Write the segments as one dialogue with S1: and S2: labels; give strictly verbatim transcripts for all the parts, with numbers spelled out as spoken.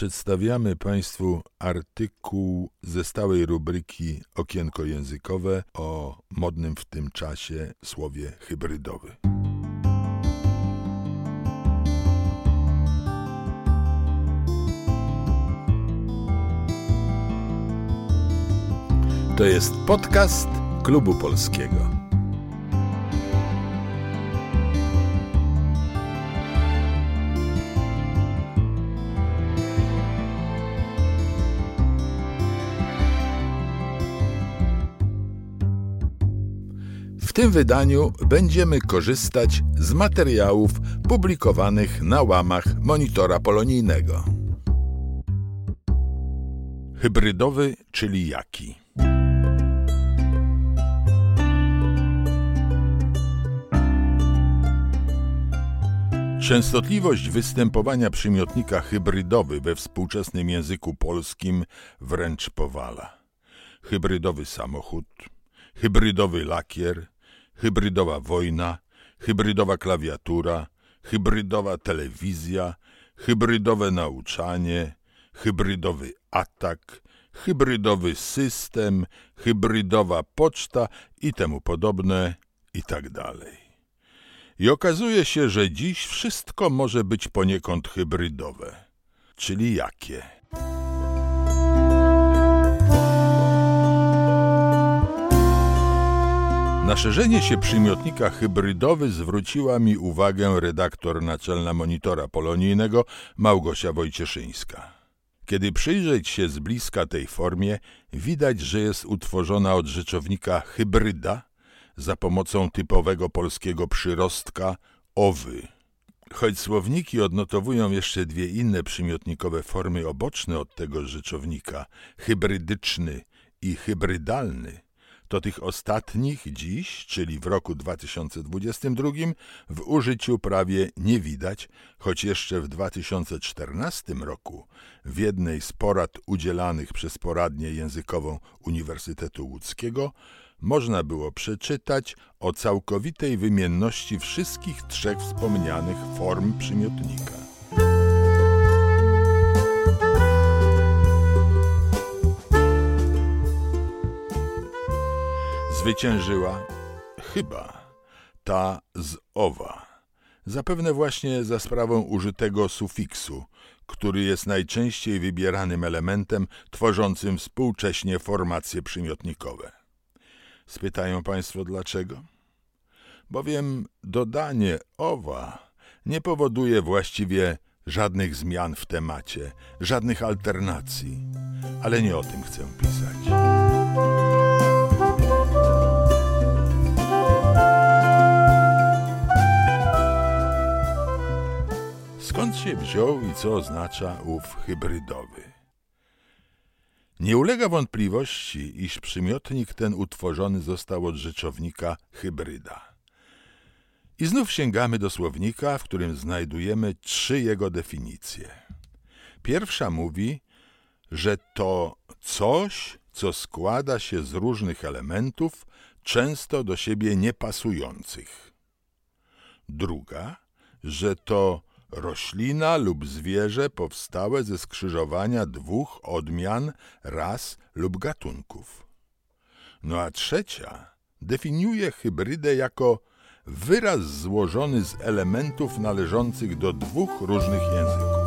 S1: Przedstawiamy Państwu artykuł ze stałej rubryki Okienko językowe o modnym w tym czasie słowie hybrydowy. To jest podcast Klubu Polskiego. W tym wydaniu będziemy korzystać z materiałów publikowanych na łamach Monitora Polonijnego. Hybrydowy, czyli jaki? Częstotliwość występowania przymiotnika hybrydowy we współczesnym języku polskim wręcz powala. Hybrydowy samochód, hybrydowy lakier, hybrydowa wojna, hybrydowa klawiatura, hybrydowa telewizja, hybrydowe nauczanie, hybrydowy atak, hybrydowy system, hybrydowa poczta i temu podobne i tak dalej. I okazuje się, że dziś wszystko może być poniekąd hybrydowe. Czyli jakie? Na szerzenie się przymiotnika hybrydowy zwróciła mi uwagę redaktor naczelna Monitora Polonijnego Małgosia Wojcieszyńska. Kiedy przyjrzeć się z bliska tej formie, widać, że jest utworzona od rzeczownika hybryda za pomocą typowego polskiego przyrostka owy. Choć słowniki odnotowują jeszcze dwie inne przymiotnikowe formy oboczne od tego rzeczownika, hybrydyczny i hybrydalny, to tych ostatnich dziś, czyli w roku dwa tysiące dwudziestym drugim, w użyciu prawie nie widać, choć jeszcze w dwa tysiące czternastym roku w jednej z porad udzielanych przez poradnię językową Uniwersytetu Łódzkiego można było przeczytać o całkowitej wymienności wszystkich trzech wspomnianych form przymiotnika. Zwyciężyła chyba ta z owa, zapewne właśnie za sprawą użytego sufiksu, który jest najczęściej wybieranym elementem tworzącym współcześnie formacje przymiotnikowe. Spytają Państwo dlaczego? Bowiem dodanie owa nie powoduje właściwie żadnych zmian w temacie, żadnych alternacji, ale nie o tym chcę pisać. Skąd się wziął i co oznacza ów hybrydowy? Nie ulega wątpliwości, iż przymiotnik ten utworzony został od rzeczownika hybryda. I znów sięgamy do słownika, w którym znajdujemy trzy jego definicje. Pierwsza mówi, że to coś, co składa się z różnych elementów, często do siebie niepasujących. Druga, że to roślina lub zwierzę powstałe ze skrzyżowania dwóch odmian, ras lub gatunków. No a trzecia definiuje hybrydę jako wyraz złożony z elementów należących do dwóch różnych języków.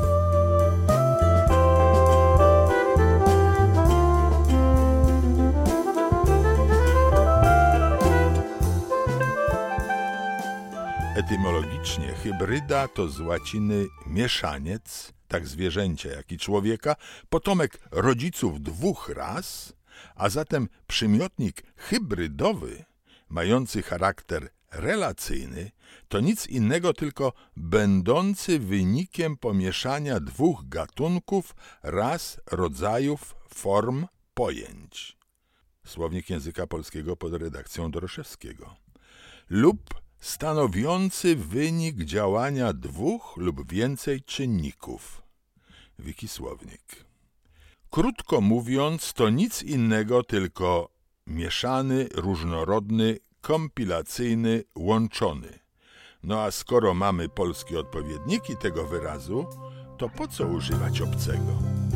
S1: Etymologicznie hybryda to z łaciny mieszaniec, tak zwierzęcia jak i człowieka, potomek rodziców dwóch ras, a zatem przymiotnik hybrydowy, mający charakter relacyjny, to nic innego tylko będący wynikiem pomieszania dwóch gatunków, ras, rodzajów, form, pojęć. Słownik języka polskiego pod redakcją Doroszewskiego. Lub stanowiący wynik działania dwóch lub więcej czynników. Wikisłownik. Krótko mówiąc, to nic innego, tylko mieszany, różnorodny, kompilacyjny, łączony. No a skoro mamy polskie odpowiedniki tego wyrazu, to po co używać obcego?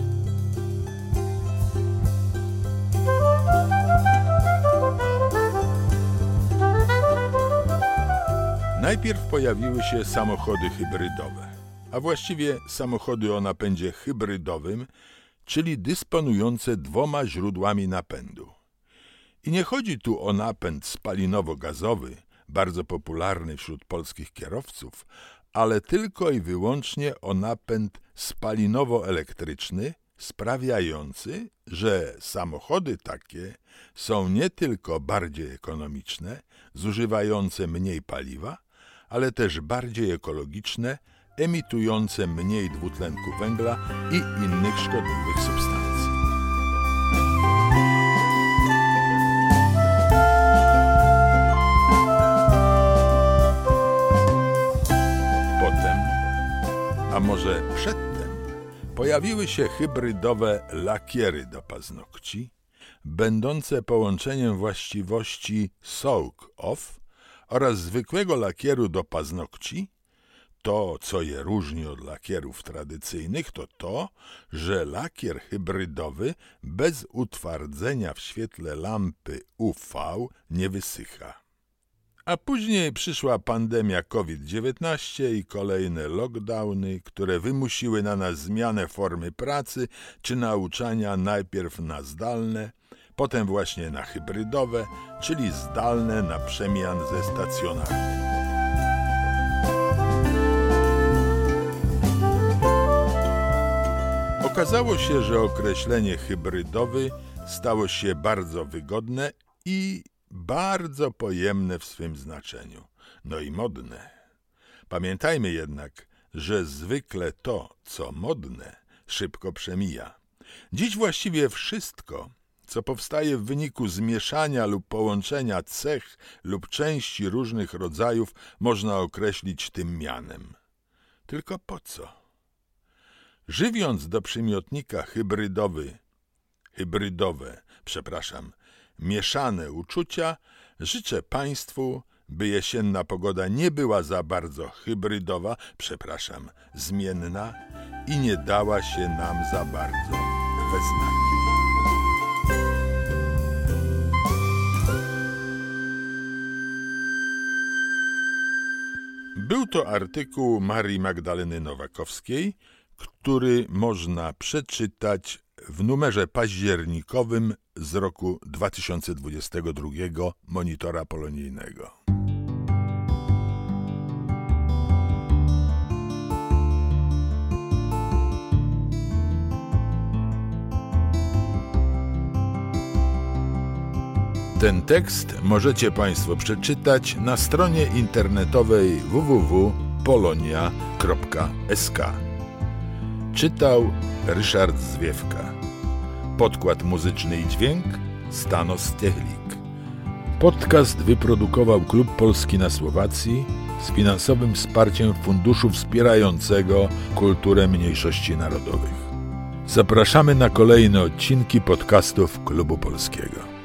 S1: Najpierw pojawiły się samochody hybrydowe, a właściwie samochody o napędzie hybrydowym, czyli dysponujące dwoma źródłami napędu. I nie chodzi tu o napęd spalinowo-gazowy, bardzo popularny wśród polskich kierowców, ale tylko i wyłącznie o napęd spalinowo-elektryczny, sprawiający, że samochody takie są nie tylko bardziej ekonomiczne, zużywające mniej paliwa, ale też bardziej ekologiczne, emitujące mniej dwutlenku węgla i innych szkodliwych substancji. Potem, a może przedtem, pojawiły się hybrydowe lakiery do paznokci, będące połączeniem właściwości soak-off oraz zwykłego lakieru do paznokci. To, co je różni od lakierów tradycyjnych, to to, że lakier hybrydowy bez utwardzenia w świetle lampy U V nie wysycha. A później przyszła pandemia COVID dziewiętnaście i kolejne lockdowny, które wymusiły na nas zmianę formy pracy czy nauczania najpierw na zdalne, potem właśnie na hybrydowe, czyli zdalne na przemian ze stacjonarnym. Okazało się, że określenie hybrydowy stało się bardzo wygodne i bardzo pojemne w swym znaczeniu, no i modne. Pamiętajmy jednak, że zwykle to, co modne, szybko przemija. Dziś właściwie wszystko, co powstaje w wyniku zmieszania lub połączenia cech lub części różnych rodzajów, można określić tym mianem. Tylko po co? Żywiąc do przymiotnika hybrydowy, hybrydowe, przepraszam, mieszane uczucia, życzę Państwu, by jesienna pogoda nie była za bardzo hybrydowa, przepraszam, zmienna i nie dała się nam za bardzo we znaki. Był to artykuł Marii Magdaleny Nowakowskiej, który można przeczytać w numerze październikowym z roku dwa tysiące dwudziestego drugiego Monitora Polonijnego. Ten tekst możecie Państwo przeczytać na stronie internetowej w w w kropka polonia kropka s k. Czytał Ryszard Zwiewka. Podkład muzyczny i dźwięk Stanos Techlik. Podcast wyprodukował Klub Polski na Słowacji z finansowym wsparciem Funduszu Wspierającego Kulturę Mniejszości Narodowych. Zapraszamy na kolejne odcinki podcastów Klubu Polskiego.